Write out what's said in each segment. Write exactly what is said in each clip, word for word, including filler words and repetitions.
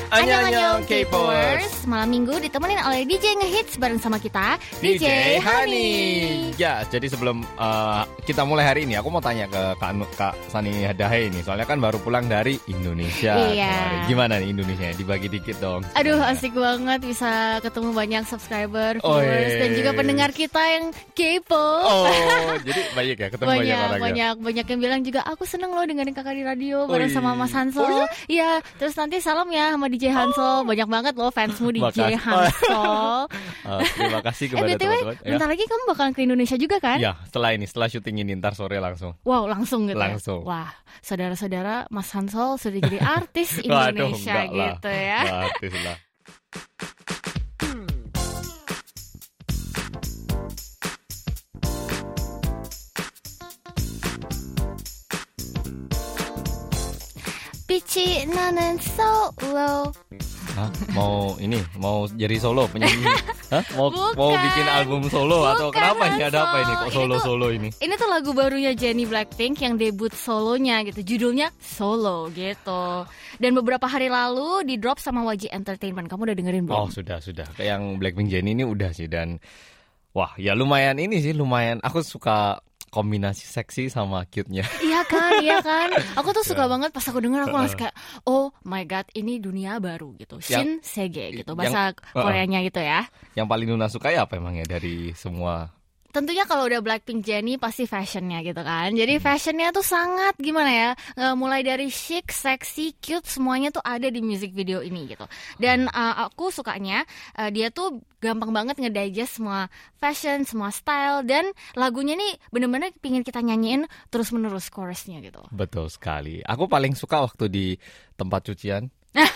Annyeonghaseyo K-popers. Malam minggu ditemenin oleh D J Ngehits bareng sama kita D J, D J Hani. Ya, jadi sebelum uh, kita mulai hari ini, aku mau tanya ke Kak, Kak Sani Hadahe ini. Soalnya kan baru pulang dari Indonesia iya. kemarin. Gimana nih Indonesia? Dibagi dikit dong. Aduh, asik banget bisa ketemu banyak subscriber, viewers, oh, dan juga pendengar kita yang K-pop. Oh, jadi banyak ya ketemu banyak, banyak orang banyak, ya? Banyak yang bilang juga aku seneng loh dengerin kakak di radio bareng sama Mas Hansol. Oh, iya? Ya, terus nanti salam ya sama D J Hansol. Banyak banget loh fansmu D J Hansol. uh, Terima kasih kepada eh, B T W, teman-teman. Bentar ya. lagi kamu bakalan ke Indonesia juga kan? Ya, setelah ini, setelah syuting ini ntar sore langsung. Wow, langsung gitu. Langsung. Ya? Wah, saudara-saudara Mas Hansol sudah jadi artis Indonesia. Waduh, gitu lah. ya. Nah, artis lah. Pici nanen solo. Hah? Mau ini, mau jadi solo penyanyi? Hah? Mau Bukan. mau bikin album solo Bukan, atau kenapa ini? Ada apa ini kok solo-solo ini? ini? Ini tuh lagu barunya Jennie Blackpink yang debut solonya gitu. Judulnya Solo gitu. Dan beberapa hari lalu di drop sama Y G Entertainment. Kamu udah dengerin belum? Oh, sudah, sudah. Kayak yang Blackpink Jennie ini udah sih. Dan wah, ya lumayan ini sih, lumayan. Aku suka kombinasi seksi sama cute-nya. Iya kan, iya kan. Aku tuh suka banget pas aku denger, aku langsung kayak, oh my god, ini dunia baru gitu. Shin Sege gitu, bahasa yang, Koreanya gitu ya. Yang paling Nuna suka ya apa emangnya dari semua? Tentunya kalau udah Blackpink Jennie pasti fashionnya gitu kan. Jadi fashionnya tuh sangat gimana ya, mulai dari chic, sexy, cute, semuanya tuh ada di music video ini gitu. Dan uh, aku sukanya uh, dia tuh gampang banget ngedigest semua fashion, semua style. Dan lagunya nih bener-bener pingin kita nyanyiin terus-menerus chorusnya gitu. Betul sekali. Aku paling suka waktu di tempat cucian.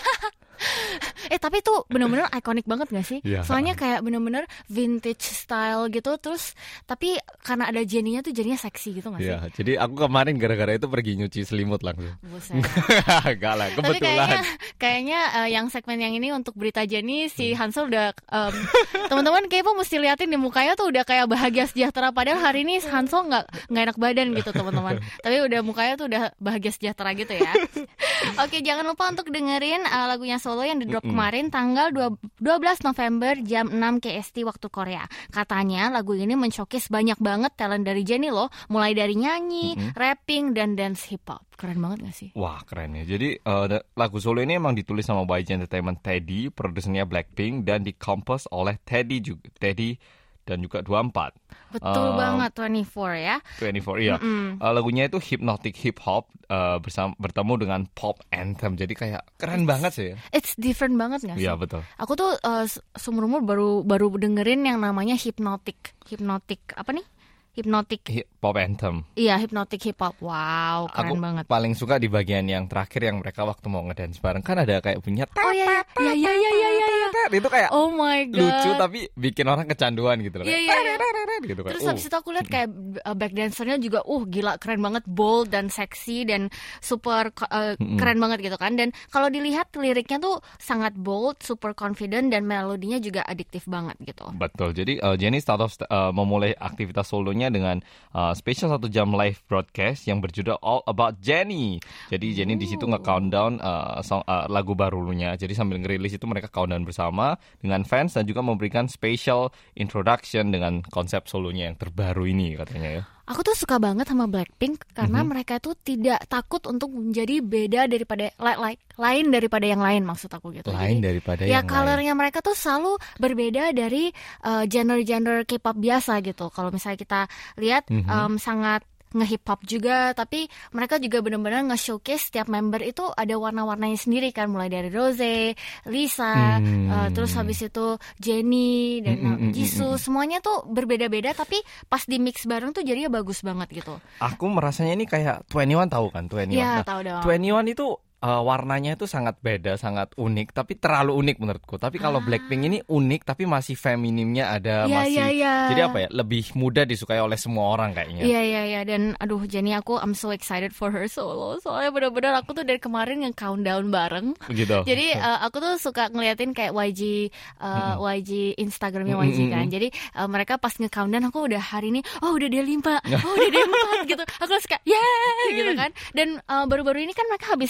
Eh tapi itu bener-bener ikonik banget gak sih? Ya. Soalnya kayak bener-bener vintage style gitu. Terus tapi karena ada Jennie-nya tuh jadinya seksi gitu gak sih? Ya, jadi aku kemarin gara-gara itu pergi nyuci selimut langsung. Buset. Gak lah, kebetulan. Tapi kayaknya, kayaknya uh, yang segmen yang ini untuk berita Jennie, si Hansol udah um, teman-teman K-pop mesti liatin di mukanya tuh udah kayak bahagia sejahtera. Padahal hari ini Hansol gak, gak enak badan gitu teman-teman. Tapi udah mukanya tuh udah bahagia sejahtera gitu ya. Oke, jangan lupa untuk dengerin uh, lagunya Solo yang di drop mm-hmm. kemarin tanggal dua belas November jam enam K S T waktu Korea. Katanya lagu ini men-showcase banyak banget talent dari Jennie loh. Mulai dari nyanyi, mm-hmm. rapping, dan dance hip hop. Keren banget gak sih? Wah, keren ya. Jadi uh, lagu Solo ini emang ditulis sama Y G Entertainment Teddy, produsernya Blackpink, dan dikompos oleh Teddy juga. Teddy dan juga dua puluh empat. Betul um, banget, dua puluh empat ya. dua puluh empat, iya. Uh, lagunya itu hypnotic hip hop uh, bersama, bertemu dengan pop anthem. Jadi kayak keren it's, banget sih. It's different banget gak sih? Iya, betul. Aku tuh uh, seumur umur baru baru dengerin yang namanya hypnotic. Hypnotic apa nih? Hypnotic pop anthem. Iya, hypnotic hip hop. Wow, keren aku banget. Aku paling suka di bagian yang terakhir yang mereka waktu mau ngedance bareng kan ada kayak punya. Oh iya, iya, iya, iya, iya, iya. Itu kayak oh my god. Lucu tapi bikin orang kecanduan gitu loh. Iya, iya, iya. Gitu, terus uh. habis itu aku lihat kayak uh, back dancernya juga uh gila keren banget, bold dan seksi dan super uh, mm-hmm. keren banget gitu kan. Dan kalau dilihat liriknya tuh sangat bold, super confident, dan melodinya juga adiktif banget gitu. Betul. Jadi uh, Jennie start off uh, memulai aktivitas solonya dengan uh, spesial satu jam live broadcast yang berjudul All About Jennie. Jadi Jennie uh. di situ nge-countdown uh, song, uh, lagu barunya. Jadi sambil ngerilis itu mereka countdown bersama dengan fans dan juga memberikan special introduction dengan konsep solonya yang terbaru ini katanya ya. Aku tuh suka banget sama Blackpink karena mm-hmm. mereka itu tidak takut untuk menjadi beda daripada like, like, lain daripada yang lain, maksud aku gitu. Lain Jadi, daripada ya, yang lain. Ya colornya mereka tuh selalu berbeda dari uh, genre-genre K-pop biasa gitu. Kalau misalnya kita lihat mm-hmm. um, sangat nge-hip hop juga, tapi mereka juga benar-benar nge-showcase setiap member itu ada warna-warnanya sendiri kan, mulai dari Rose, Lisa, hmm. uh, terus habis itu Jennie dan mm, mm, Jisoo, mm, mm. semuanya tuh berbeda-beda tapi pas di mix bareng tuh jadinya bagus banget gitu. Aku merasanya ini kayak dua puluh satu tahu kan, dua puluh satu. Iya, nah, tahu dong. dua puluh satu itu Uh, warnanya itu sangat beda, sangat unik, tapi terlalu unik menurutku. Tapi kalau ah. Blackpink ini unik, tapi masih feminimnya ada, ya, masih. Ya, ya. Jadi apa ya? Lebih mudah disukai oleh semua orang kayaknya. Iya iya iya. Dan aduh, Jennie aku I'm so excited for her solo. Soalnya benar-benar aku tuh dari kemarin nge-countdown bareng. Gitu. Jadi uh, aku tuh suka ngeliatin kayak Y G uh, mm-hmm. Y G Instagramnya Y G mm-hmm. kan. Jadi uh, mereka pas nge-countdown aku udah hari ini, oh udah dia lima, oh udah dia empat gitu. Aku suka yeah gitu kan. Dan uh, baru-baru ini kan mereka habis konser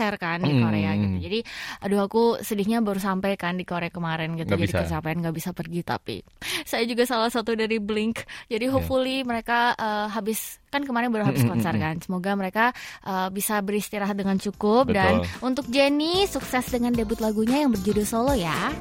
konser kan di Korea gitu. Jadi aduh aku sedihnya baru sampai kan di Korea kemarin gitu. Gak Jadi bisa. kecapean nggak bisa pergi, tapi saya juga salah satu dari Blink. Jadi hopefully yeah. mereka uh, habis kan kemarin baru habis konser kan. Semoga mereka uh, bisa beristirahat dengan cukup. Betul. Dan untuk Jennie sukses dengan debut lagunya yang berjudul Solo ya.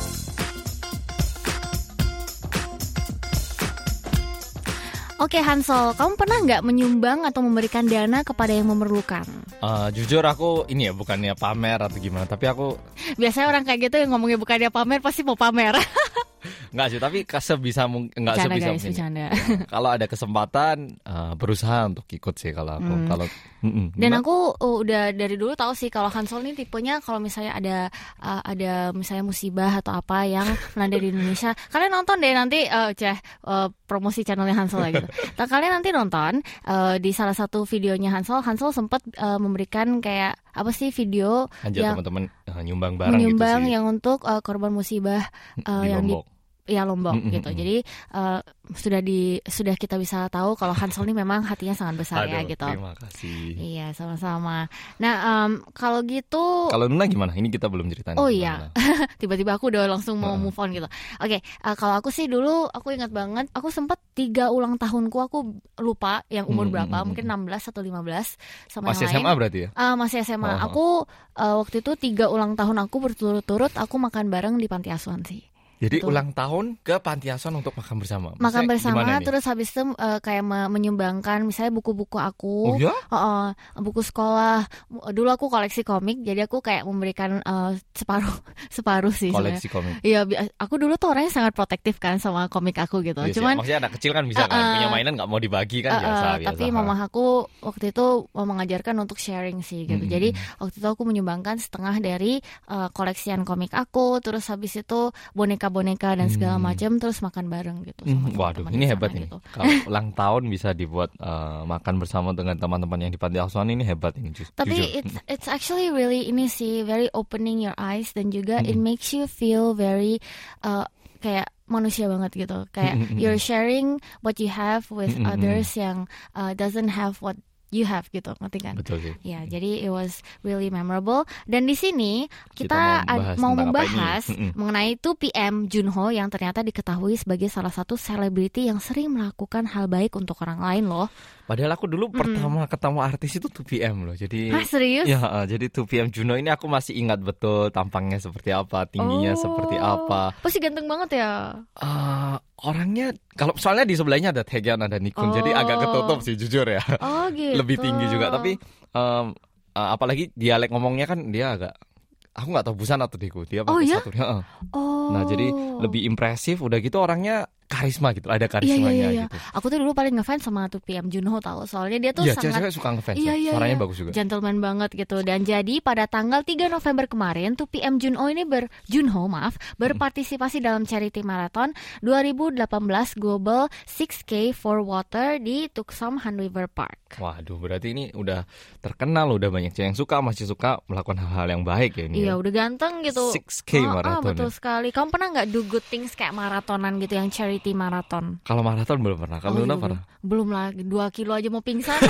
Oke Hansol, kamu pernah nggak menyumbang atau memberikan dana kepada yang memerlukan? Uh, jujur aku ini ya bukannya pamer atau gimana, tapi aku biasanya orang kayak gitu yang ngomongnya bukannya pamer pasti mau pamer. Enggak sih, tapi sebisa mungkin enggak bercanda, sebisa guys, mungkin. Ya, kalau ada kesempatan uh, berusaha untuk ikut sih kalau aku. Hmm. Kalau dan aku uh, udah dari dulu tahu sih kalau Hansol ini tipenya kalau misalnya ada uh, ada misalnya musibah atau apa yang melanda di Indonesia, kalian nonton deh nanti uh, ceh uh, promosi channelnya Hansol lah gitu. Nah, kalian nanti nonton uh, di salah satu videonya Hansol, Hansol sempat uh, memberikan kayak apa sih video Anjir, yang teman-teman uh, nyumbang barang menyumbang gitu sih. yang untuk uh, korban musibah uh, di yang Lombok. di ya Lombok Mm-mm. gitu. Jadi uh, sudah di sudah kita bisa tahu kalau Hansol ini memang hatinya sangat besar. Aduh, ya gitu. Terima kasih. Iya, sama-sama. Nah, um, kalau gitu kalau Nuna gimana? Ini kita belum ceritain. Oh iya. Tiba-tiba aku udah langsung mau uh. move on gitu. Oke, okay, uh, kalau aku sih dulu aku ingat banget, aku sempat tiga ulang tahunku, aku lupa yang umur hmm, berapa, hmm, mungkin enam belas atau lima belas sama masih yang lain. S M A berarti ya? Uh, masih S M A. Oh. Aku uh, waktu itu tiga ulang tahun aku berturut-turut aku makan bareng di panti asuhan sih. Jadi Betul. ulang tahun ke panti asuhan untuk makan bersama. Maksudnya makan bersama terus nih? habis itu uh, kayak me- menyumbangkan misalnya buku-buku aku. Oh ya? Uh, uh, buku sekolah. Dulu aku koleksi komik, jadi aku kayak memberikan uh, separuh separuh sih. Koleksi sebenarnya. komik. Iya, aku dulu tuh orangnya sangat protektif kan sama komik aku gitu. Yes, Cuman ya. Maksudnya anak kecil kan bisa uh, kan punya mainan nggak mau dibagi kan uh, biasa, uh, biasa. Tapi mama aku waktu itu mau mengajarkan untuk sharing sih gitu. Hmm. Jadi waktu itu aku menyumbangkan setengah dari uh, koleksian komik aku, terus habis itu boneka-boneka dan segala hmm. macam, terus makan bareng gitu sama hmm. Waduh, ini hebat ini. Gitu. Kalau ulang tahun bisa dibuat uh, makan bersama dengan teman-teman yang di panti asuhan, ini hebat ini. Just, tapi jujur. it's it's actually really ini sih very opening your eyes, dan juga hmm. it makes you feel very uh, kayak manusia banget gitu. Kayak you're sharing what you have with others yang uh, doesn't have what you have gitu, ngerti kan? Betul sih. Ya, jadi it was really memorable. Dan di sini kita, kita mau membahas, mau membahas mengenai two P M Junho yang ternyata diketahui sebagai salah satu selebriti yang sering melakukan hal baik untuk orang lain loh. Padahal aku dulu mm. pertama ketemu artis itu two P M loh. Jadi Hah, serius? Ya, jadi two P M Junho ini aku masih ingat betul tampangnya seperti apa, tingginya oh, seperti apa. Pasti ganteng banget ya. Uh, orangnya kalau soalnya di sebelahnya ada Taecyeon, ada Nikun, oh. jadi agak ketutup sih jujur ya. Oh gitu. Lebih tinggi juga, tapi um, uh, apalagi dialek ngomongnya kan dia agak, aku nggak tahu Busan atau Daegu, dia pakai oh, ya? satu. Uh. Oh. Nah jadi lebih impresif, udah gitu orangnya karisma gitu, ada karismanya iya, iya, iya. gitu. Aku tuh dulu paling ngefans sama two P M Junho tahu, soalnya dia tuh iya, sangat cewek suka ngefans, iya, iya, suaranya iya. bagus juga. Gentleman banget gitu. Dan jadi pada tanggal tiga November kemarin two P M Junho ini ber Junho maaf berpartisipasi hmm. dalam charity marathon dua ribu delapan belas Global six K for Water di Tuksam Han River Park. Waduh, berarti ini udah terkenal, udah banyak cewek yang suka, masih suka melakukan hal-hal yang baik ya ini. Iya, ya. udah ganteng gitu. six K oh, marathon. Oh, betul ya. Sekali. Kamu pernah nggak do good things kayak maratonan gitu, yang charity marathon? Kalau maraton belum pernah. Kalau oh, Luna iya, pernah? Belum lah, dua kilo aja mau pingsan.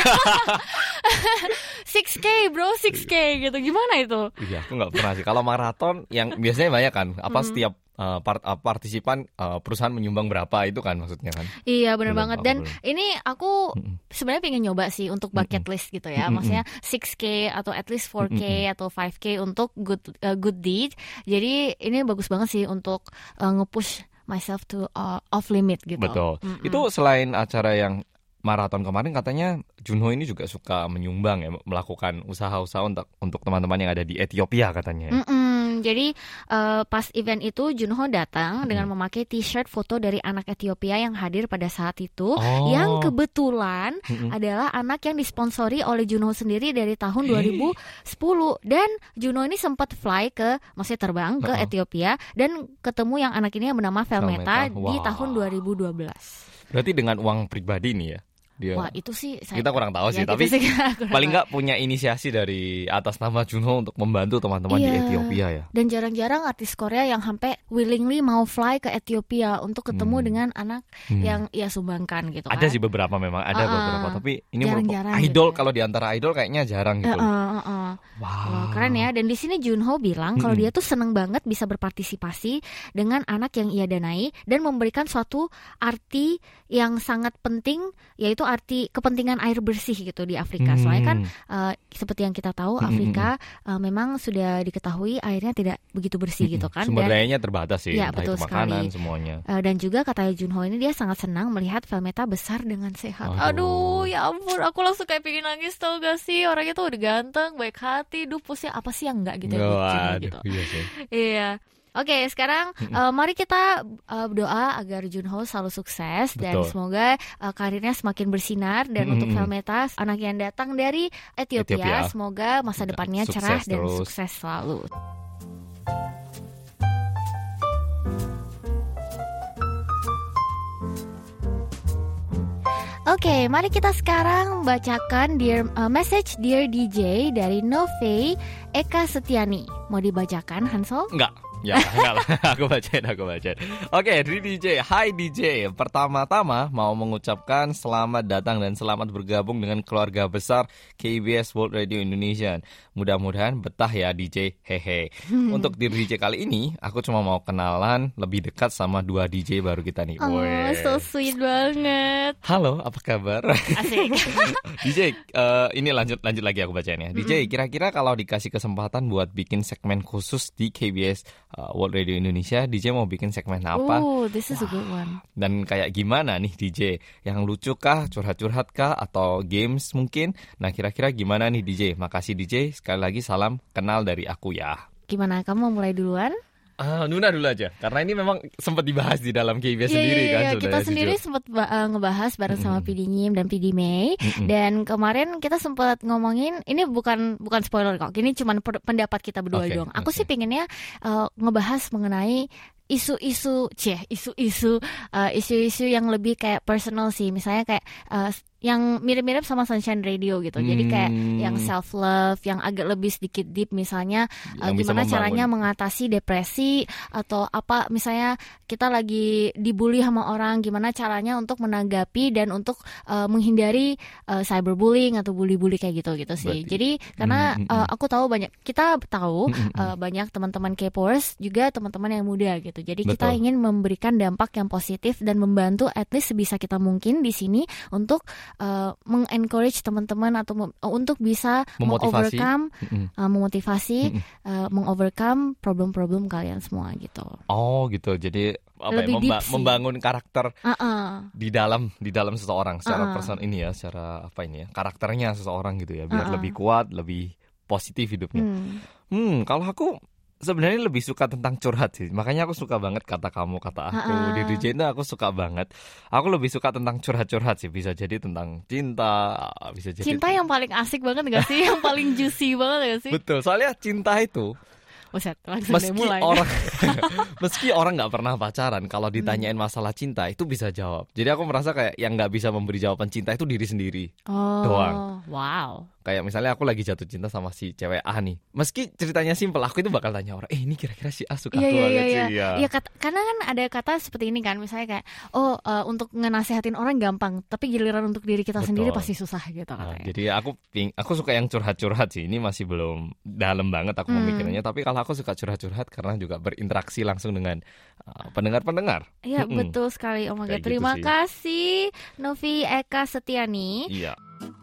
six K bro, six K gitu. Gimana itu? Iya, aku nggak pernah sih. Kalau maraton yang biasanya banyak kan, apa mm. setiap uh, part, uh, partisipan uh, perusahaan menyumbang berapa itu kan maksudnya kan? Iya benar banget. Dan belum. ini aku mm-mm. sebenarnya pengen nyoba sih untuk bucket mm-mm. list gitu ya. Mm-mm. Maksudnya six K atau at least four K mm-mm. atau five K untuk good uh, good deed. Jadi ini bagus banget sih untuk uh, nge-push myself to uh, off limit gitu. Betul. Mm-mm. Itu selain acara yang maraton kemarin, katanya Junho ini juga suka menyumbang ya, melakukan usaha-usaha untuk untuk teman-teman yang ada di Ethiopia katanya. Mm-mm. Jadi uh, pas event itu Junho datang mm. dengan memakai t-shirt foto dari anak Ethiopia yang hadir pada saat itu, oh. yang kebetulan Mm-mm. adalah anak yang disponsori oleh Junho sendiri dari tahun dua ribu sepuluh. Dan Junho ini sempat fly ke, maksudnya terbang ke uh-uh. Ethiopia dan ketemu yang anak ini yang bernama Felmeta, Felmeta. Wow. di tahun dua ribu dua belas. Berarti dengan uang pribadi nih ya? dia. Wah itu sih saya, kita kurang tahu sih, ya, tapi sih, kurang paling tahu. nggak punya inisiasi dari atas nama Junho untuk membantu teman-teman Iya. di Ethiopia ya. Dan jarang-jarang artis Korea yang sampai willingly mau fly ke Ethiopia untuk ketemu Hmm. dengan anak Hmm. yang ia sumbangkan gitu kan. Ada sih beberapa memang, ada Uh-uh. beberapa, tapi ini Jarang-jarang merupakan idol gitu ya. kalau di antara idol kayaknya jarang gitu. Uh, uh, uh, uh. Wow. Wah, keren ya. Dan di sini Junho bilang kalau Mm-mm. dia tuh seneng banget bisa berpartisipasi dengan anak yang ia danai dan memberikan suatu arti yang sangat penting, yaitu arti kepentingan air bersih gitu di Afrika. Soalnya kan uh, seperti yang kita tahu Afrika uh, memang sudah diketahui airnya tidak begitu bersih gitu kan. Sumber Dan dayanya terbatas sih, ya, entah betul itu makanan sekali. semuanya. Uh, dan juga kata Junho ini dia sangat senang melihat Velmeta besar dengan sehat. Aduh. Aduh, ya ampun, aku langsung kayak pengen nangis tau gak sih? Orangnya tuh udah ganteng, baik hati, dupusnya apa sih yang enggak gitu ya, Oh, Junho aduh, gitu. iya sih. Iya. Oke, sekarang uh, mari kita uh, berdoa agar Junho selalu sukses dan Betul. semoga uh, karirnya semakin bersinar dan Mm-mm. untuk Velmeta anak yang datang dari Ethiopia, Ethiopia. semoga masa depannya Sukses cerah dan terus. sukses selalu. Oke, mari kita sekarang bacakan dear uh, message Dear D J dari Nove Eka Setiani. Mau dibacakan, Hansol? Enggak. Ya, enggak lah. Aku bacain, aku bacain. Oke, dari D J. Hai D J. Pertama-tama mau mengucapkan selamat datang dan selamat bergabung dengan keluarga besar K B S World Radio Indonesia. Mudah-mudahan betah ya D J. Hehe. Untuk di D J kali ini, aku cuma mau kenalan lebih dekat sama dua D J baru kita nih. Oh, Weh. so sweet banget. Halo, apa kabar? Asik. D J, uh, ini lanjut lanjut lagi aku bacain ya. D J, kira-kira kalau dikasih kesempatan buat bikin segmen khusus di K B S uh, World Radio Indonesia, D J mau bikin segmen apa? Oh, this is a good one. Dan kayak gimana nih D J? Yang lucu kah, curhat-curhat kah, atau games mungkin? Nah, kira-kira gimana nih D J? Makasih D J, sekali lagi salam kenal dari aku ya. Gimana, kamu mau mulai duluan? Ah, Nuna dulu aja, karena ini memang sempat dibahas di dalam K B S Iya, sendiri iya, kan. iya. Kita sebenarnya, sendiri jujur. sempat uh, ngebahas bareng sama P D Nyim dan P D May. Mm-mm. Dan kemarin kita sempat ngomongin, ini bukan bukan spoiler kok, ini cuma per- pendapat kita berdua Oke, doang. Aku oke. sih pengennya uh, ngebahas mengenai isu-isu, cie, isu-isu, uh, isu-isu yang lebih kayak personal sih. Misalnya kayak uh, yang mirip-mirip sama Sunshine Radio gitu. Jadi kayak Hmm. yang self love, yang agak lebih sedikit deep, misalnya uh, Yang bisa gimana membangun. caranya mengatasi depresi atau apa, misalnya kita lagi dibully sama orang, gimana caranya untuk menanggapi dan untuk uh, menghindari uh, cyberbullying atau bully-bully kayak gitu gitu sih. Berarti- Jadi karena Mm, mm, uh, aku tahu banyak, kita tahu Mm, mm, mm. uh, banyak teman-teman K-popers juga teman-teman yang muda gitu. Jadi kita Betul. ingin memberikan dampak yang positif dan membantu at least sebisa kita mungkin di sini untuk uh, mengencourage teman-teman atau mem- untuk bisa Memotivasi. mengovercome Mm-mm. uh, memotivasi Mm-mm. uh, mengovercome problem-problem kalian semua gitu. Oh gitu, jadi apa ya, Lebih memba- deep sih. membangun karakter Uh-uh. di dalam di dalam seseorang secara Ah. person ini ya, secara apa ini ya, karakternya seseorang gitu ya, biar Ah. lebih kuat, lebih positif hidupnya. Hmm. Hmm, kalau aku sebenarnya lebih suka tentang curhat sih, makanya aku suka banget kata kamu, kata aku Ah. di D J itu aku suka banget. Aku lebih suka tentang curhat-curhat sih, bisa jadi tentang cinta, bisa jadi Cinta yang paling asik banget gak sih? Yang paling juicy banget gak sih? betul. Soalnya cinta itu Buset, langsung deh meski mulai. orang meski orang nggak pernah pacaran, kalau ditanyain masalah cinta itu bisa jawab. Jadi aku merasa kayak yang nggak bisa memberi jawaban cinta itu diri sendiri. Oh, doang. wow. Kayak misalnya aku lagi jatuh cinta sama si cewek A nih, meski ceritanya simpel, aku itu bakal tanya orang, eh ini kira-kira si A suka Iya aku iya banget iya sih. iya. Iya. Iya, kat- karena kan ada kata seperti ini kan, misalnya kayak oh uh, untuk ngenasehatin orang gampang, tapi giliran untuk diri kita Betul. sendiri pasti susah gitu Nah, katanya. jadi aku ping- aku suka yang curhat-curhat sih. Ini masih belum dalam banget aku Hmm. memikirnya, tapi kalau aku suka curhat-curhat karena juga berinteraksi langsung dengan uh, pendengar-pendengar. Iya Mm-mm. betul sekali. Oh my Kayak god, gitu terima sih. kasih Novi Eka Setiani. Iya.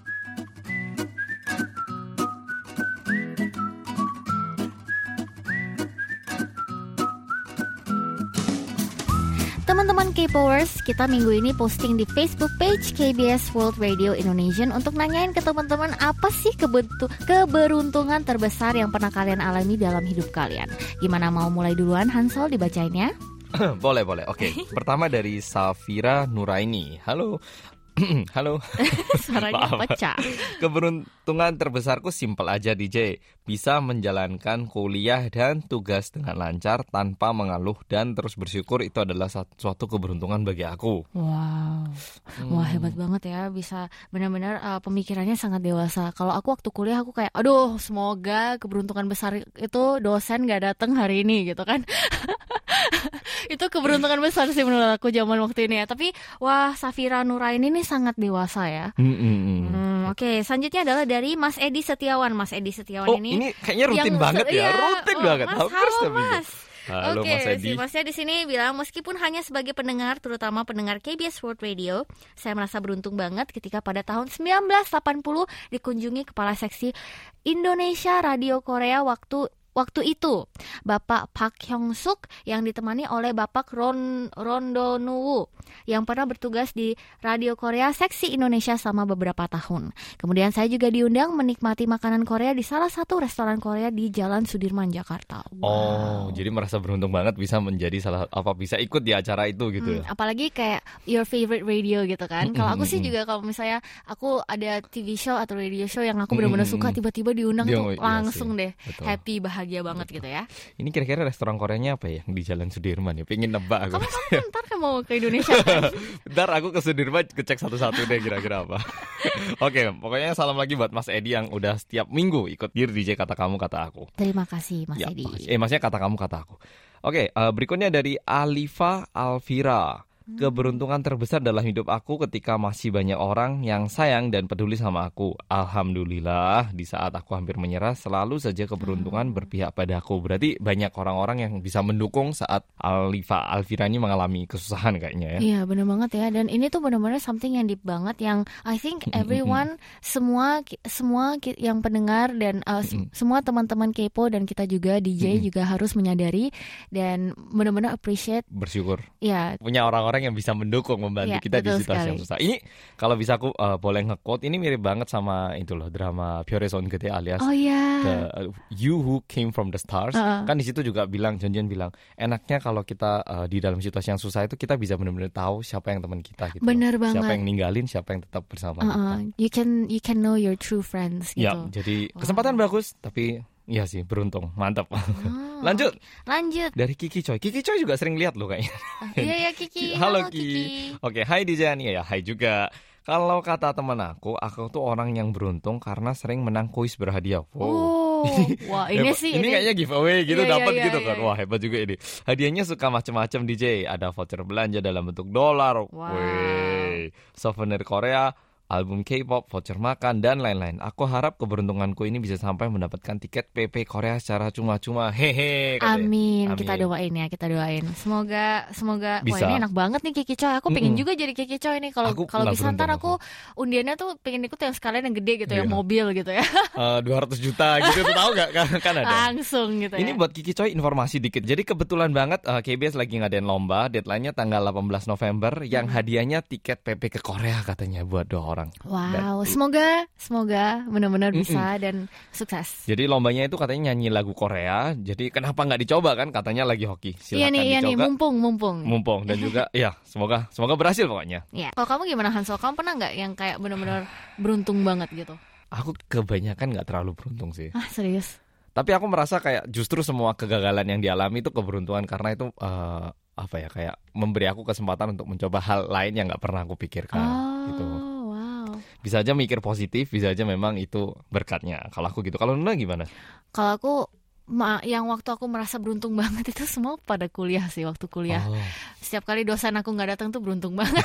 Teman-teman K-Powers, kita minggu ini posting di Facebook page K B S World Radio Indonesia untuk nanyain ke teman-teman apa sih kebetu- keberuntungan terbesar yang pernah kalian alami dalam hidup kalian. Gimana, mau mulai duluan Hansol dibacainnya? Boleh, boleh. Oke. Pertama dari Safira Nuraini. Halo. Halo. Suaranya Maaf. pecah. Keberuntungan terbesarku simpel aja D J. Bisa menjalankan kuliah dan tugas dengan lancar tanpa mengeluh dan terus bersyukur itu adalah suatu keberuntungan bagi aku. Wow, hmm. Wah hebat banget ya, bisa benar-benar uh, pemikirannya sangat dewasa. Kalau aku waktu kuliah aku kayak, aduh semoga keberuntungan besar itu dosen gak datang hari ini gitu kan. Itu keberuntungan besar sih menurut aku zaman waktu ini ya. Tapi wah, Safira Nuraini ini sangat dewasa ya. Mm-hmm. Hmm, Oke, okay. Selanjutnya adalah dari Mas Edi Setiawan. Mas Edi Setiawan oh, ini. ini kayaknya rutin yang, banget ya, ya rutin oh, banget. Mas, halo Mas. Halo Oke, Mas Edi. si Masnya di sini bilang meskipun hanya sebagai pendengar, terutama pendengar K B S World Radio, saya merasa beruntung banget ketika pada tahun sembilan belas delapan puluh dikunjungi Kepala Seksi Indonesia Radio Korea waktu Waktu itu, Bapak Park Hyung Suk yang ditemani oleh Bapak Ron Rondonuwu yang pernah bertugas di Radio Korea Seksi Indonesia selama beberapa tahun. Kemudian saya juga diundang menikmati makanan Korea di salah satu restoran Korea di Jalan Sudirman, Jakarta. Wow. Oh, jadi merasa beruntung banget bisa menjadi salah apa bisa ikut di acara itu gitu. Hmm, apalagi kayak your favorite radio gitu kan. Kalau aku sih juga kalau misalnya aku ada T V show atau radio show yang aku benar-benar suka, tiba-tiba diundang Dia, tuh iya langsung sih. deh Betul. happy bahagia. Bahagia banget gitu ya. Ini kira-kira restoran Koreanya apa ya di Jalan Sudirman ya? Pengen nebak aku. Kamu kan ntar kan mau ke Indonesia kan? Ntar aku ke Sudirman ngecek satu-satu deh kira-kira apa. Oke, pokoknya salam lagi buat Mas Edi yang udah setiap minggu ikut Dear D J Kata Kamu Kata Aku. Terima kasih Mas ya, Edi. Makasih. Eh maksudnya kata kamu kata aku. Oke, uh, berikutnya dari Alifa Alvira. Keberuntungan terbesar dalam hidup aku ketika masih banyak orang yang sayang dan peduli sama aku. Alhamdulillah, di saat aku hampir menyerah, selalu saja keberuntungan berpihak pada aku. Berarti banyak orang-orang yang bisa mendukung saat Alifa Alvira ini mengalami kesusahan kayaknya ya. Iya, benar banget ya. Dan ini tuh benar-benar something yang deep banget yang I think everyone, semua semua yang pendengar dan uh, semua teman-teman Kepo dan kita juga D J juga harus menyadari dan benar-benar appreciate. Bersyukur. Iya. Punya orang-orang yang bisa mendukung membantu ya, kita di situasi yang susah. Ini kalau bisa aku uh, boleh nge-quote, ini mirip banget sama itu loh drama Pure Son Gede alias oh, yeah. the, uh, You Who Came From The Stars. Uh-uh. Kan di situ juga bilang Jonjen bilang enaknya kalau kita uh, di dalam situasi yang susah itu kita bisa benar-benar tahu siapa yang teman kita gitu. Bener banget. Siapa yang ninggalin, siapa yang tetap bersama uh-uh. kita. You can you can know your true friends gitu. Ya, jadi wow. Kesempatan bagus tapi iya sih, beruntung. Mantap. Oh, Lanjut. Lanjut. Dari Kiki Choi. Kiki Choi juga sering lihat loh kayaknya. Uh, iya ya Kiki. Halo, Halo Kiki. Kiki. Oke, hai D J Ani ya. Hai juga. Kalau kata teman aku, aku tuh orang yang beruntung karena sering menang kuis berhadiah. Wow. Oh, wah ini sih. Ini, ini kayaknya giveaway gitu, iya, dapat iya, gitu iya, kan. iya. Wah, hebat juga ini. Hadiahnya suka macam-macam D J. Ada voucher belanja dalam bentuk dolar. Wow. Wih. Souvenir Korea, album K-pop, voucher makan, dan lain-lain. Aku harap keberuntunganku ini bisa sampai mendapatkan tiket P P Korea secara cuma-cuma. Hehe. Amin. Amin. Kita doain ya, kita doain. Semoga, semoga. Bisa. Wah ini enak banget nih Kiki Choi. Aku pengen mm-mm. juga jadi Kiki Choi nih. Kalau kalau bisa ntar aku undiannya tuh pengen ikut yang sekalian yang gede gitu ya, yeah. mobil gitu ya. Uh, dua ratus juta gitu, tuh tahu nggak? Kan, kan ada. Langsung gitu ya. Ini buat Kiki Choi informasi dikit. Jadi kebetulan banget uh, K B S lagi ngadain lomba. Deadline-nya tanggal delapan belas November. Yang hadiahnya tiket P P ke Korea katanya buat dua orang. Wow. Dan, semoga semoga benar-benar bisa Mm-mm. dan sukses. Jadi lombanya itu katanya nyanyi lagu Korea. Jadi kenapa nggak dicoba kan? Katanya lagi hoki. Silakan iya nih, dicoba. Iya nih, mumpung mumpung. Mumpung dan juga ya semoga semoga berhasil pokoknya. Iya. Kalau kamu gimana Hansol? Kamu pernah nggak yang kayak benar-benar beruntung banget gitu? Aku kebanyakan nggak terlalu beruntung sih. Ah serius? Tapi aku merasa kayak justru semua kegagalan yang dialami itu keberuntungan karena itu uh, apa ya kayak memberi aku kesempatan untuk mencoba hal lain yang nggak pernah aku pikirkan oh. gitu. Bisa aja mikir positif, bisa aja memang itu berkatnya. Kalau aku gitu. Kalau Nuna gimana? Kalau aku ma- yang waktu aku merasa beruntung banget itu semua pada kuliah sih, waktu kuliah. Oh. Setiap kali dosen aku nggak datang tuh beruntung banget.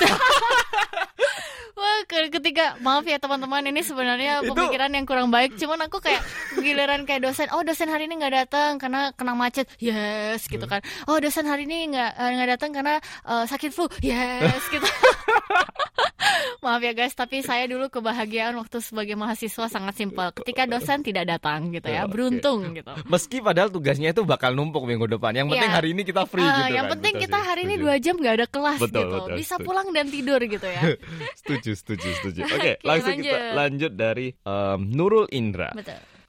Wah, ketika maaf ya teman-teman, ini sebenarnya pemikiran yang kurang baik. Cuman aku kayak giliran kayak dosen, oh dosen hari ini nggak datang karena kena macet, yes gitu kan. Oh dosen hari ini nggak nggak datang karena uh, sakit flu, yes gitu. Maaf ya guys, tapi saya dulu kebahagiaan waktu sebagai mahasiswa sangat simpel. Ketika dosen tidak datang gitu ya, beruntung okay. gitu. Meski padahal tugasnya itu bakal numpuk minggu depan. Yang penting yeah. hari ini kita free uh, gitu yang kan. penting betul kita sih, hari setuju. ini dua jam nggak ada kelas betul, gitu. Betul, Bisa setuju. pulang dan tidur gitu ya. Setuju, setuju, setuju. Oke, okay, okay, langsung lanjut. kita lanjut dari um, Nurul Indra. Betul.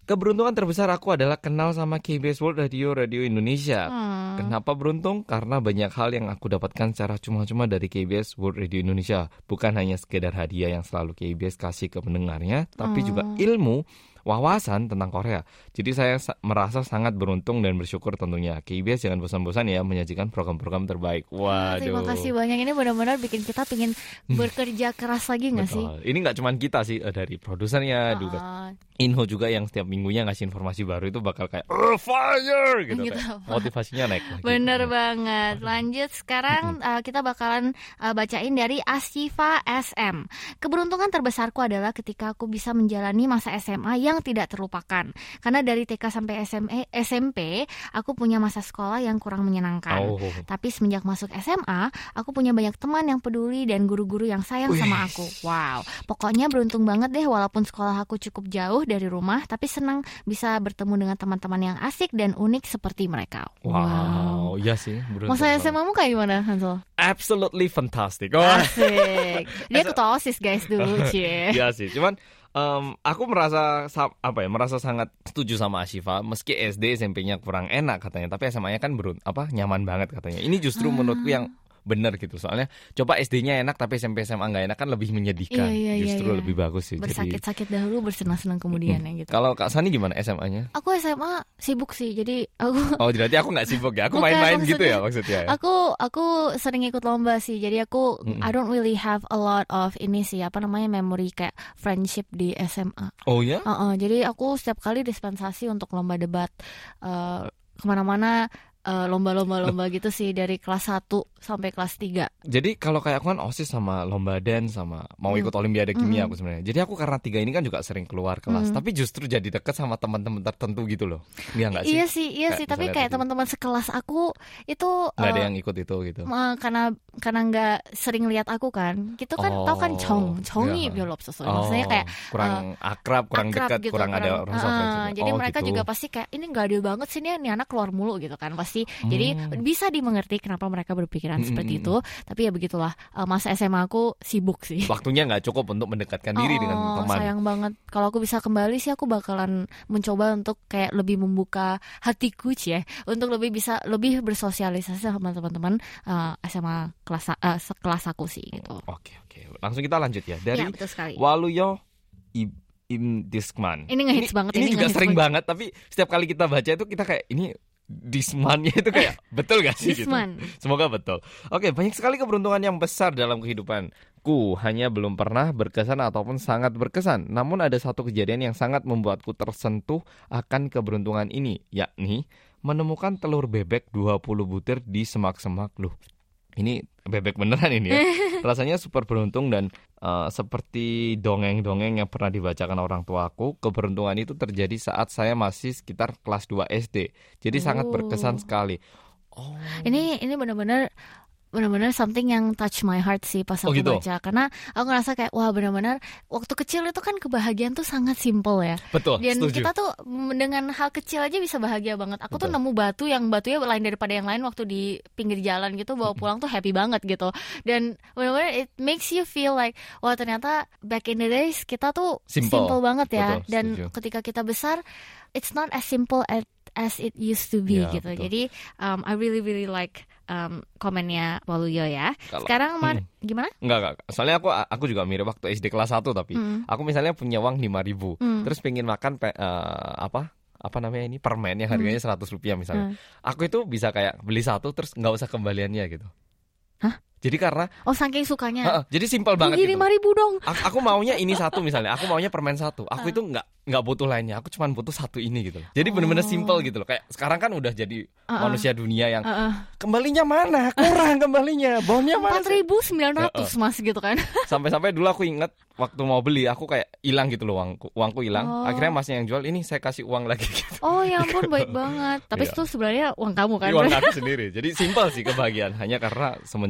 Keberuntungan terbesar aku adalah kenal sama K B S World Radio, Radio Indonesia. Hmm. Kenapa beruntung? Karena banyak hal yang aku dapatkan secara cuma-cuma dari K B S World Radio Indonesia. Bukan hanya sekedar hadiah yang selalu K B S kasih ke pendengarnya, tapi Hmm. juga ilmu, wawasan tentang Korea. Jadi saya sa- merasa sangat beruntung dan bersyukur tentunya. K B S jangan bosan-bosan ya menyajikan program-program terbaik. Waduh. Terima kasih banyak, ini benar-benar bikin kita pengen bekerja keras lagi nggak sih? Betul. Ini nggak cuma kita sih, eh, dari produsernya juga. Uh, Inho juga yang setiap minggunya ngasih informasi baru itu bakal kayak "Oh, fire gitu, Gitu. kayak motivasinya naik lagi. Bener banget. Lanjut sekarang uh, kita bakalan uh, bacain dari Asyifa S M. Keberuntungan terbesarku adalah ketika aku bisa menjalani masa S M A yang tidak terlupakan. Karena dari T K sampai S M E, S M P aku punya masa sekolah yang kurang menyenangkan. Oh. Tapi semenjak masuk S M A, aku punya banyak teman yang peduli dan guru-guru yang sayang Wih. sama aku. Wow, pokoknya beruntung banget deh walaupun sekolah aku cukup jauh dari rumah, tapi senang bisa bertemu dengan teman-teman yang asik dan unik seperti mereka. Wow, iya sih. beruntung Masa S M banget. A-mu kayak gimana, Hansel? Absolutely fantastic. Oh. Asik. Dia ketua OSIS guys dulu, cie. Iya sih, cuman em, aku merasa sa- apa ya, merasa sangat setuju sama Asyifa. Meski S D S M P-nya kurang enak katanya, tapi S M A-nya kan berun apa nyaman banget katanya. Ini justru Ah. menurutku yang benar gitu. Soalnya coba S D-nya enak tapi S M P S M A nggak enak kan lebih menyedihkan. Iya, iya, justru iya. lebih bagus sih. Jadi Bersakit-sakit dahulu, bersenang-senang kemudian ya gitu. kalau Kak Sani gimana S M A-nya? Aku S M A sibuk sih, jadi aku Oh, berarti aku nggak sibuk ya. Aku Bukan, main-main gitu maksudnya- ya maksudnya. Ya? Aku aku sering ikut lomba sih. Jadi aku Mm-mm. I don't really have a lot of ini sih, apa namanya, memory kayak friendship di S M A. Oh ya? Uh-uh, jadi aku setiap kali dispensasi untuk lomba debat uh, kemana-mana, uh, lomba-lomba-lomba gitu sih dari kelas satu sampai kelas tiga. Jadi kalau kayak aku kan OSIS sama lomba dance sama mau Hmm. ikut olimpiade kimia Hmm. aku sebenarnya. Jadi aku karena tiga ini kan juga sering keluar kelas, Hmm. tapi justru jadi deket sama teman-teman tertentu gitu loh. Iya nggak sih? Iya sih, iya Kayak sih. Tapi misalnya kayak tadi. teman-teman sekelas aku itu Nggak ada uh, yang ikut itu gitu. uh, karena karena nggak sering lihat aku kan. Gitu kan, Oh, tau kan Chong, Chong이 iya. 별로 없었어요. Maksudnya kayak kurang akrab, kurang akrab dekat, gitu, kurang, ada rasa uh, friendship. jadi Oh, mereka gitu. juga pasti kayak ini nggak adil banget sih, nih, nih anak keluar mulu gitu kan pasti. Jadi Hmm. bisa dimengerti kenapa mereka berpikiran Hmm, seperti hmm, itu. Tapi ya begitulah, uh, masa S M A aku sibuk sih. Waktunya nggak cukup untuk mendekatkan diri Oh, dengan teman. sayang banget. Kalau aku bisa kembali sih aku bakalan mencoba untuk kayak lebih membuka hatiku sih ya, untuk lebih bisa lebih bersosialisasi sama teman-teman uh, S M A kelas uh, sekelas aku sih gitu. Oke oke, langsung kita lanjut ya dari Ya, betul sekali. Waluyo I- Imdiskman. Ini ngehits banget, Ini ini juga ngehits sering banget. banget, tapi setiap kali kita baca itu kita kayak ini Dismannya itu kayak betul gak sih gitu? Disman. Semoga betul. Oke, banyak sekali keberuntungan yang besar dalam kehidupanku. Hanya belum pernah berkesan ataupun sangat berkesan. Namun ada satu kejadian yang sangat membuatku tersentuh akan keberuntungan ini, yakni menemukan telur bebek dua puluh butir di semak-semak. Loh, ini bebek beneran ini ya. Rasanya super beruntung dan uh, seperti dongeng-dongeng yang pernah dibacakan orang tuaku, keberuntungan itu terjadi saat saya masih sekitar kelas dua S D. Jadi sangat Oh. berkesan sekali. Oh. Ini ini benar-benar benar-benar something yang touch my heart sih pas Oh, aku gitu? baca, karena aku ngerasa kayak wah, benar-benar waktu kecil itu kan kebahagiaan tuh sangat simple ya. Betul, Dan setuju. kita tuh mm, dengan hal kecil aja bisa bahagia banget. Aku tuh Betul. nemu batu yang batunya lain daripada yang lain waktu di pinggir jalan gitu, bawa pulang tuh happy banget gitu. Dan benar-benar it makes you feel like wah, ternyata back in the days kita tuh Simple. banget ya. Betul, Dan setuju. ketika kita besar, it's not as simple as as it used to be Ya, gitu. betul. Jadi um, I really really like um, komennya Waluyo ya. Kalau- Sekarang Mar, Hmm. gimana? Enggak, enggak. Soalnya aku aku juga mirip waktu S D kelas satu tapi Hmm. aku misalnya punya uang lima ribu, Hmm. terus pengen makan pe- eh, apa? Apa namanya ini? Permen yang harganya seratus rupiah misalnya. Hmm. Aku itu bisa kayak beli satu terus nggak usah kembaliannya gitu. Hah? Jadi karena Oh, saking sukanya. Heeh, jadi simpel banget Rugi gitu. lima ribu dong. Aku, aku maunya ini satu misalnya, aku maunya permen satu. Aku Ah. itu nggak nggak butuh lainnya, aku cuma butuh satu ini gitu. Jadi Oh. bener-bener simpel gitu loh. Kayak sekarang kan udah jadi Ah, ah. manusia dunia yang Heeh. kembalinya mana? Kurang kembalinya. Bonnya mana? empat ribu sembilan ratus Mas gitu kan. Sampai-sampai dulu aku inget waktu mau beli aku kayak hilang gitu loh uangku. Uangku hilang. Oh. Akhirnya masnya yang jual ini saya kasih uang lagi gitu. Oh ya ampun, baik banget. Tapi Iya. itu sebenarnya uang kamu kan. Uang aku sendiri. Jadi simpel sih kebahagiaan. Hanya karena semenjak kita besar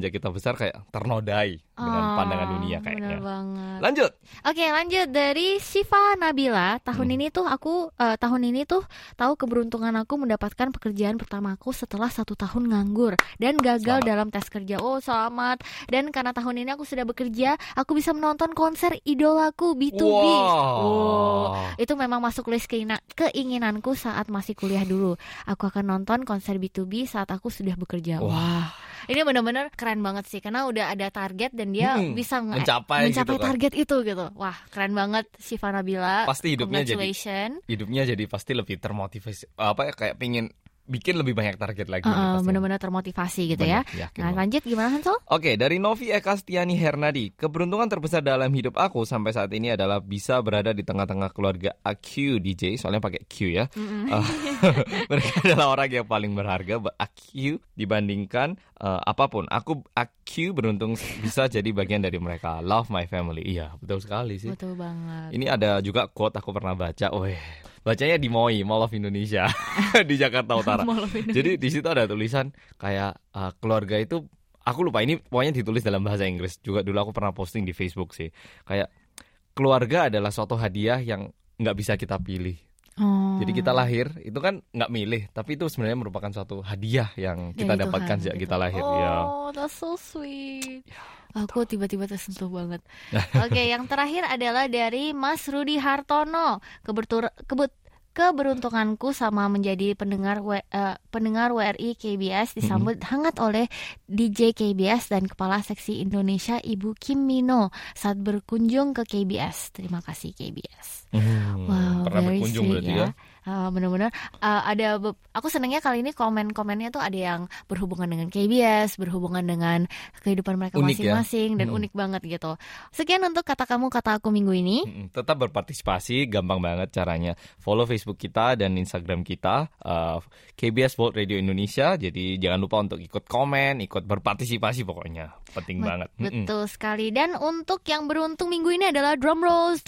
besar kayak ternodai dengan Oh, pandangan dunia kayaknya. bener banget. Lanjut. Oke, lanjut dari Siva Nabila. Tahun Hmm. ini tuh aku eh, tahun ini tuh tahu keberuntungan aku mendapatkan pekerjaan pertamaku setelah satu tahun nganggur dan gagal Selamat. dalam tes kerja. Oh, selamat. Dan karena tahun ini aku sudah bekerja, aku bisa menonton konser idolaku B two B. Wow. Oh, itu memang masuk list keina- keinginanku saat masih kuliah dulu. Aku akan nonton konser B two B saat aku sudah bekerja. Wah. Wah. Ini benar-benar keren banget sih karena udah ada target dan dia Hmm, bisa nge- mencapai mencapai gitu kan. target itu gitu. Wah, keren banget Siva Nabila. Pasti hidupnya jadi- Congratulations. Hidupnya jadi pasti lebih termotivasi, apa ya, kayak pingin bikin lebih banyak target lagi. Uh, nih uh, pasti. benar-benar termotivasi gitu Benar, ya. yakin Nah, banget. lanjut gimana Hansol? Oke, dari Novi Eka Stiani Hernadi. Keberuntungan terbesar dalam hidup aku sampai saat ini adalah bisa berada di tengah-tengah keluarga A Q D J, soalnya pakai Q ya. Uh, mereka adalah orang yang paling berharga, A Q, dibandingkan uh, apapun. Aku A Q beruntung bisa jadi bagian dari mereka. Love my family. Iya, betul sekali sih. Betul banget. Ini ada juga quote aku pernah baca. Weh, bacanya di M O I, Mall of Indonesia di Jakarta Utara. Mall of Indonesia. Jadi di situ ada tulisan kayak uh, keluarga itu, aku lupa ini pokoknya ditulis dalam bahasa Inggris. Juga dulu aku pernah posting di Facebook sih. Kayak keluarga adalah suatu hadiah yang nggak bisa kita pilih. Oh. Jadi kita lahir itu kan nggak milih, tapi itu sebenarnya merupakan suatu hadiah yang kita Dari dapatkan Tuhan, sejak gitu. kita lahir. Oh, Ya. that's so sweet. Aku tiba-tiba tersentuh banget. Oke, yang terakhir adalah dari Mas Rudi Hartono. Kebertur kebut Keberuntunganku sama menjadi pendengar w, uh, pendengar W R I K B S disambut mm-hmm. hangat oleh D J K B S dan Kepala Seksi Indonesia Ibu Kim Mino saat berkunjung ke K B S. Terima kasih K B S. Hmm, Wow, pernah very berkunjung sweet berarti ya? Uh, benar-benar uh, ada be- aku senangnya kali ini komen-komennya tuh ada yang berhubungan dengan K B S, berhubungan dengan kehidupan mereka Unik ya? masing-masing dan Hmm. unik banget gitu. Sekian untuk kata kamu kata aku minggu ini. Mm-mm, tetap berpartisipasi, gampang banget caranya. Follow Facebook kita dan Instagram kita, uh, K B S World Radio Indonesia. Jadi jangan lupa untuk ikut komen, ikut berpartisipasi pokoknya. Penting Bet- banget. Mm-mm. Betul sekali. Dan untuk yang beruntung minggu ini adalah drum rolls.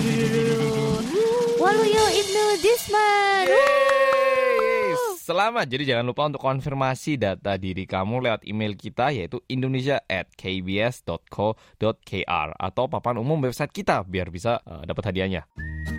Waluyo Ibnu Disman. Yeay! Selamat. Jadi jangan lupa untuk konfirmasi data diri kamu lewat email kita yaitu indonesia at k b s dot co dot k r atau papan umum website kita biar bisa uh, dapat hadiahnya.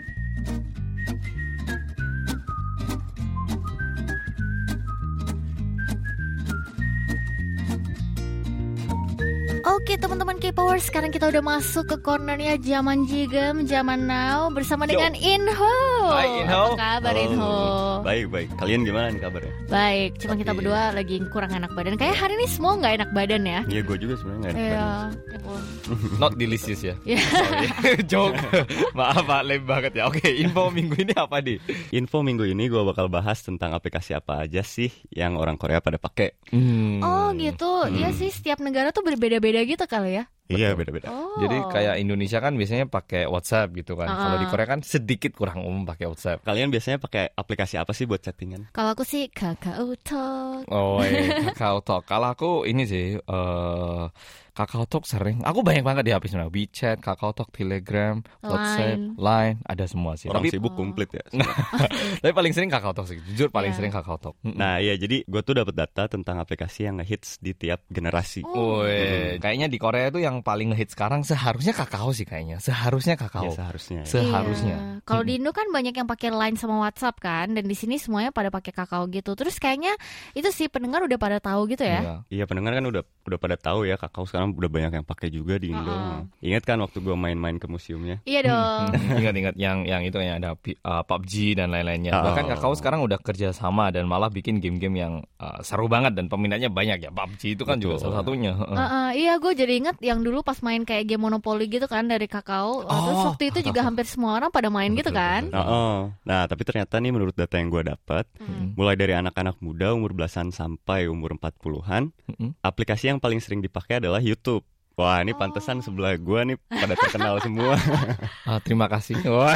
Oke teman-teman K-Powers, sekarang kita udah masuk ke cornernya Zaman Jigem, Zaman Now bersama Yo. dengan Inho. Hai, Inho. Apa kabar Halo. Inho? Baik, baik. Kalian gimana nih kabarnya? Baik, cuma kita Oke. berdua lagi kurang enak badan. Kayak hari ini semua nggak enak badan ya. Iya, gue juga sebenarnya nggak enak Iya. badan. Ya ampun. Not delicious ya. Ya. Sorry. Joke. Maaf Pak, lame banget ya. Oke, info minggu ini apa di? Info minggu ini gue bakal bahas tentang aplikasi apa aja sih yang orang Korea pada pakai. Hmm. Oh gitu. Iya sih, setiap negara tuh berbeda-beda gitu kali ya. Iya, beda-beda. Oh. Jadi kayak Indonesia kan biasanya pakai WhatsApp gitu kan. Uh-uh. Kalau di Korea kan sedikit kurang umum pakai WhatsApp. Kalian biasanya pakai aplikasi apa sih buat chattingan? Kalau aku sih Kakao Talk. Oh, iya. Kakao Talk. Kalau aku ini sih eh Kakao Talk sering. Aku banyak banget di H P sebenarnya. WeChat, Kakao Talk, Telegram, WhatsApp, Line, ada semua sih. Orang Tapi, sibuk komplit ya. tapi paling sering Kakao Talk sih. Jujur paling Iya. sering Kakao Talk. Mm-mm. Nah, iya, jadi gue tuh dapat data tentang aplikasi yang ngehits di tiap generasi. Oh. Woi, kayaknya di Korea itu yang paling ngehit sekarang seharusnya Kakao sih kayaknya. Seharusnya Kakao. Ya, seharusnya. ya. Seharusnya. Iya. Kalau di Indo kan banyak yang pakai Line sama WhatsApp kan, dan di sini semuanya pada pakai Kakao gitu. Terus kayaknya itu sih pendengar udah pada tahu gitu ya. Iya. Iya, pendengar kan udah udah pada tahu ya, Kakao sekarang udah banyak yang pakai juga di Indo. Uh-uh. Ingat kan waktu gue main-main ke museumnya? Iya dong. Ingat-ingat yang yang itu yang ada uh, P U B G dan lain-lainnya. Oh. Bahkan Kakao sekarang udah kerja sama dan malah bikin game-game yang uh, seru banget dan peminatnya banyak ya. P U B G itu kan juga Betul. salah satunya. Heeh. Uh-uh, iya, gue jadi inget yang dulu pas main kayak game Monopoly gitu kan dari Kakao. Terus Oh. waktu itu juga hampir semua orang pada main gitu kan. Oh, oh. Nah, tapi ternyata nih menurut data yang gue dapat, Hmm. mulai dari anak-anak muda umur belasan sampai umur empat puluhan, Mm-mm. aplikasi yang paling sering dipakai adalah YouTube. Wah, ini pantesan sebelah gue nih pada terkenal semua. Ah, terima kasih. Wah.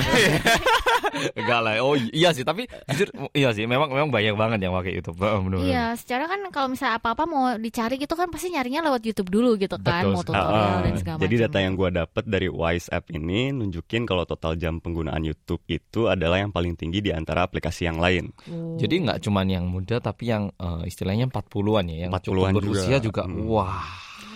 Enggak lah. Oh iya sih, tapi jujur iya sih memang memang banyak banget yang pakai YouTube. Benar-benar. Iya, secara kan kalau misalnya apa-apa mau dicari gitu kan pasti nyarinya lewat YouTube dulu gitu kan, Betul mau sekali. tutorial Ah, dan segala jadi macam. data yang gue dapat dari Wise App ini nunjukin kalau total jam penggunaan YouTube itu adalah yang paling tinggi di antara aplikasi yang lain. Oh. Jadi nggak cuman yang muda tapi yang eh, istilahnya empat puluhan ya, yang empat cukup puluhan berusia juga. juga. Hmm. Wah.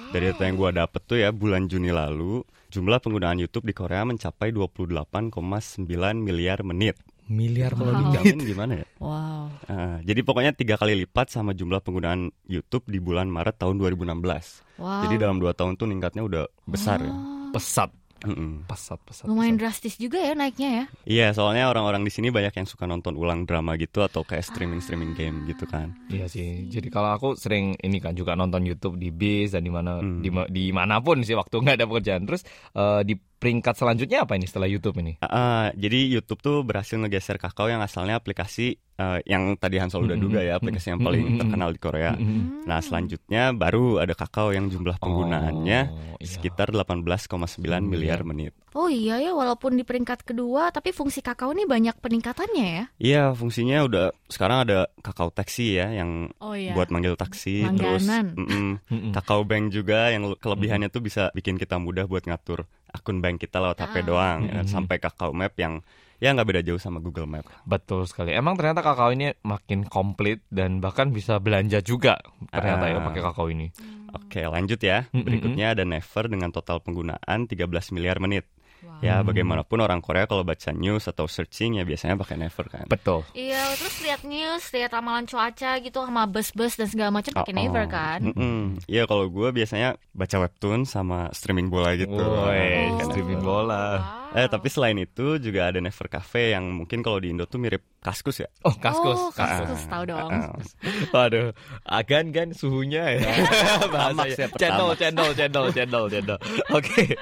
Dari data yang gue dapet tuh ya, bulan Juni lalu jumlah penggunaan YouTube di Korea mencapai dua puluh delapan koma sembilan miliar menit. Miliar Kalau Wow. dijamin gimana ya? Wow. Uh, jadi pokoknya tiga kali lipat sama jumlah penggunaan YouTube di bulan Maret tahun dua ribu enam belas. Wow. Jadi dalam dua tahun tuh ningkatnya udah besar ya. Pesat, Mm-mm. pesat, pesat. Lumayan pesat. drastis juga ya naiknya ya. Iya, soalnya orang-orang di sini banyak yang suka nonton ulang drama gitu atau kayak streaming-streaming game gitu kan. Iya sih. Jadi kalau aku sering ini kan juga nonton YouTube di bis dan di mana Hmm. di ma- di manapun sih waktu nggak ada pekerjaan. Terus eh, di peringkat selanjutnya apa ini setelah YouTube ini? Uh, uh, jadi YouTube tuh berhasil ngegeser Kakao yang asalnya aplikasi uh, yang tadi Hansol udah Mm-mm. duga ya, aplikasi yang paling Mm-mm. terkenal di Korea. Mm-mm. Nah, selanjutnya baru ada Kakao yang jumlah penggunaannya Oh, iya. sekitar delapan belas koma sembilan miliar menit. Oh iya ya, walaupun di peringkat kedua, tapi fungsi Kakao ini banyak peningkatannya ya. Iya, fungsinya udah sekarang ada Kakao Taxi ya yang Oh iya. buat manggil taksi, terus Langganan. mm-mm, Mm-mm. Kakao Bank juga yang kelebihannya tuh bisa bikin kita mudah buat ngatur akun bank kita lewat H P Ah. doang ya kan? Mm-mm. Sampai Kakao Map yang ya nggak beda jauh sama Google Map. Betul sekali. Emang ternyata Kakao ini makin komplit dan bahkan bisa belanja juga ternyata ya Ah. pakai Kakao ini. Oke, lanjut ya. Mm-mm. Berikutnya ada Naver dengan total penggunaan tiga belas miliar menit. Wow. Ya, Hmm. bagaimanapun orang Korea kalau baca news atau searching ya biasanya pakai Naver kan. Betul. Iya, terus lihat news, lihat ramalan cuaca gitu sama bus-bus dan segala macam pakai Oh, oh. Naver kan. Mm-mm. Iya, kalau gue biasanya baca webtoon sama streaming bola gitu. Woi, Oh. streaming bola. Wow. Eh, tapi selain itu juga ada Naver Cafe yang mungkin kalau di Indo tuh mirip Kaskus ya. Oh, Kaskus. Oh, Kaskus tahu dong. Ah, Waduh, agan kan suhunya ya. Max ya, Bahasanya. Channel, Pertamax. channel, channel, channel, channel. Oke.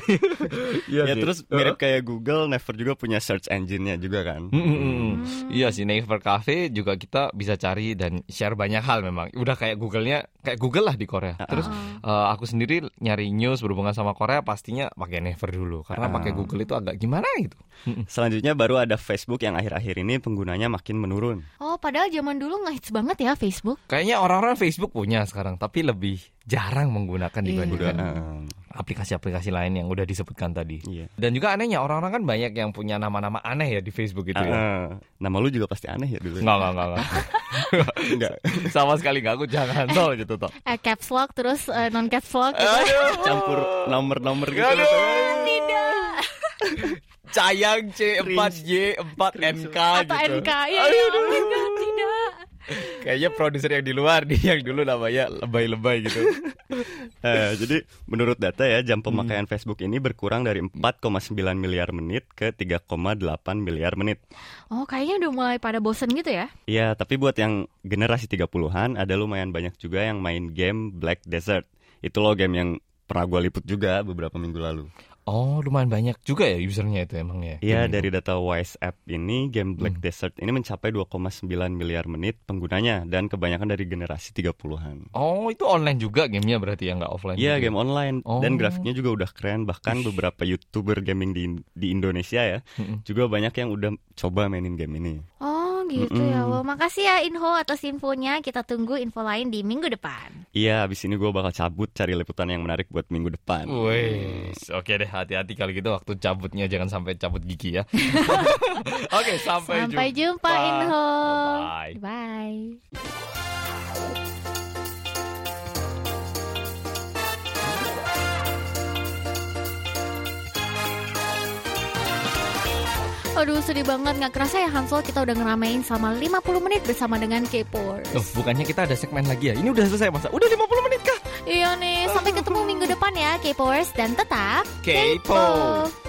Iya ya sih. terus mirip kayak Google, Naver juga punya search engine-nya juga kan. Mm, mm, mm. Iya sih, Naver Cafe juga kita bisa cari dan share banyak hal memang. Udah kayak Google-nya, kayak Google lah di Korea. Terus eh, aku sendiri nyari news berhubungan sama Korea pastinya pakai Naver dulu. Karena Ah. pakai Google itu agak gimana gitu. Selanjutnya baru ada Facebook yang akhir-akhir ini penggunanya makin menurun. Oh, padahal zaman dulu ngehits banget ya Facebook. Kayaknya orang-orang Facebook punya sekarang, tapi lebih jarang menggunakan Iya. dibandingkan Ah, aplikasi-aplikasi lain yang udah disebutkan tadi. iya. Dan juga anehnya orang-orang kan banyak yang punya nama-nama aneh ya di Facebook gitu ya. Ah, nama lu juga pasti aneh ya dulu. Enggak, enggak, enggak, enggak. Enggak. Sama sekali enggak, aku jangan tol gitu toh. Eh, caps lock terus eh, non caps lock gitu. Campur nomor-nomor gitu. Aduh. Tidak. Cayang C empat Y empat N K Atau gitu. N K ya, ya oh my God, tidak. Kayaknya produser yang di luar nih yang dulu namanya lebay-lebay gitu. Eh, jadi menurut data ya jam Hmm. pemakaian Facebook ini berkurang dari empat koma sembilan miliar menit ke tiga koma delapan miliar menit. Oh, kayaknya udah mulai pada bosen gitu ya. Iya, tapi buat yang generasi tiga puluhan ada lumayan banyak juga yang main game Black Desert. Itu loh game yang pernah gue liput juga beberapa minggu lalu. Oh, lumayan banyak juga ya usernya itu emang ya. Iya, Game dari itu. data Wise App ini game Black Desert ini mencapai dua koma sembilan miliar menit penggunanya dan kebanyakan dari generasi tiga puluhan. Oh, itu online juga gamenya berarti ya, nggak offline. Iya, gitu. game online Oh. dan grafiknya juga udah keren. Bahkan beberapa YouTuber gaming di di Indonesia ya Mm-mm. juga banyak yang udah coba mainin game ini. Oh, gitu ya. Mm-mm. Well, makasih ya Inho atas infonya. Kita tunggu info lain di minggu depan. Iya, abis ini gue bakal cabut cari liputan yang menarik buat minggu depan. Wes, oke deh, hati-hati kalau gitu waktu cabutnya jangan sampai cabut gigi ya. Oke, sampai, Sampai jumpa, Inho. Bye. Bye. Aduh, sedih banget. Nggak kerasa ya Hansol, kita udah ngeramein selama lima puluh menit bersama dengan K-popers. Loh, bukannya kita ada segmen lagi ya? Ini udah selesai masa? Udah lima puluh menit kah? Iya nih, sampai ketemu minggu depan ya K-popers. Dan tetap K-pop.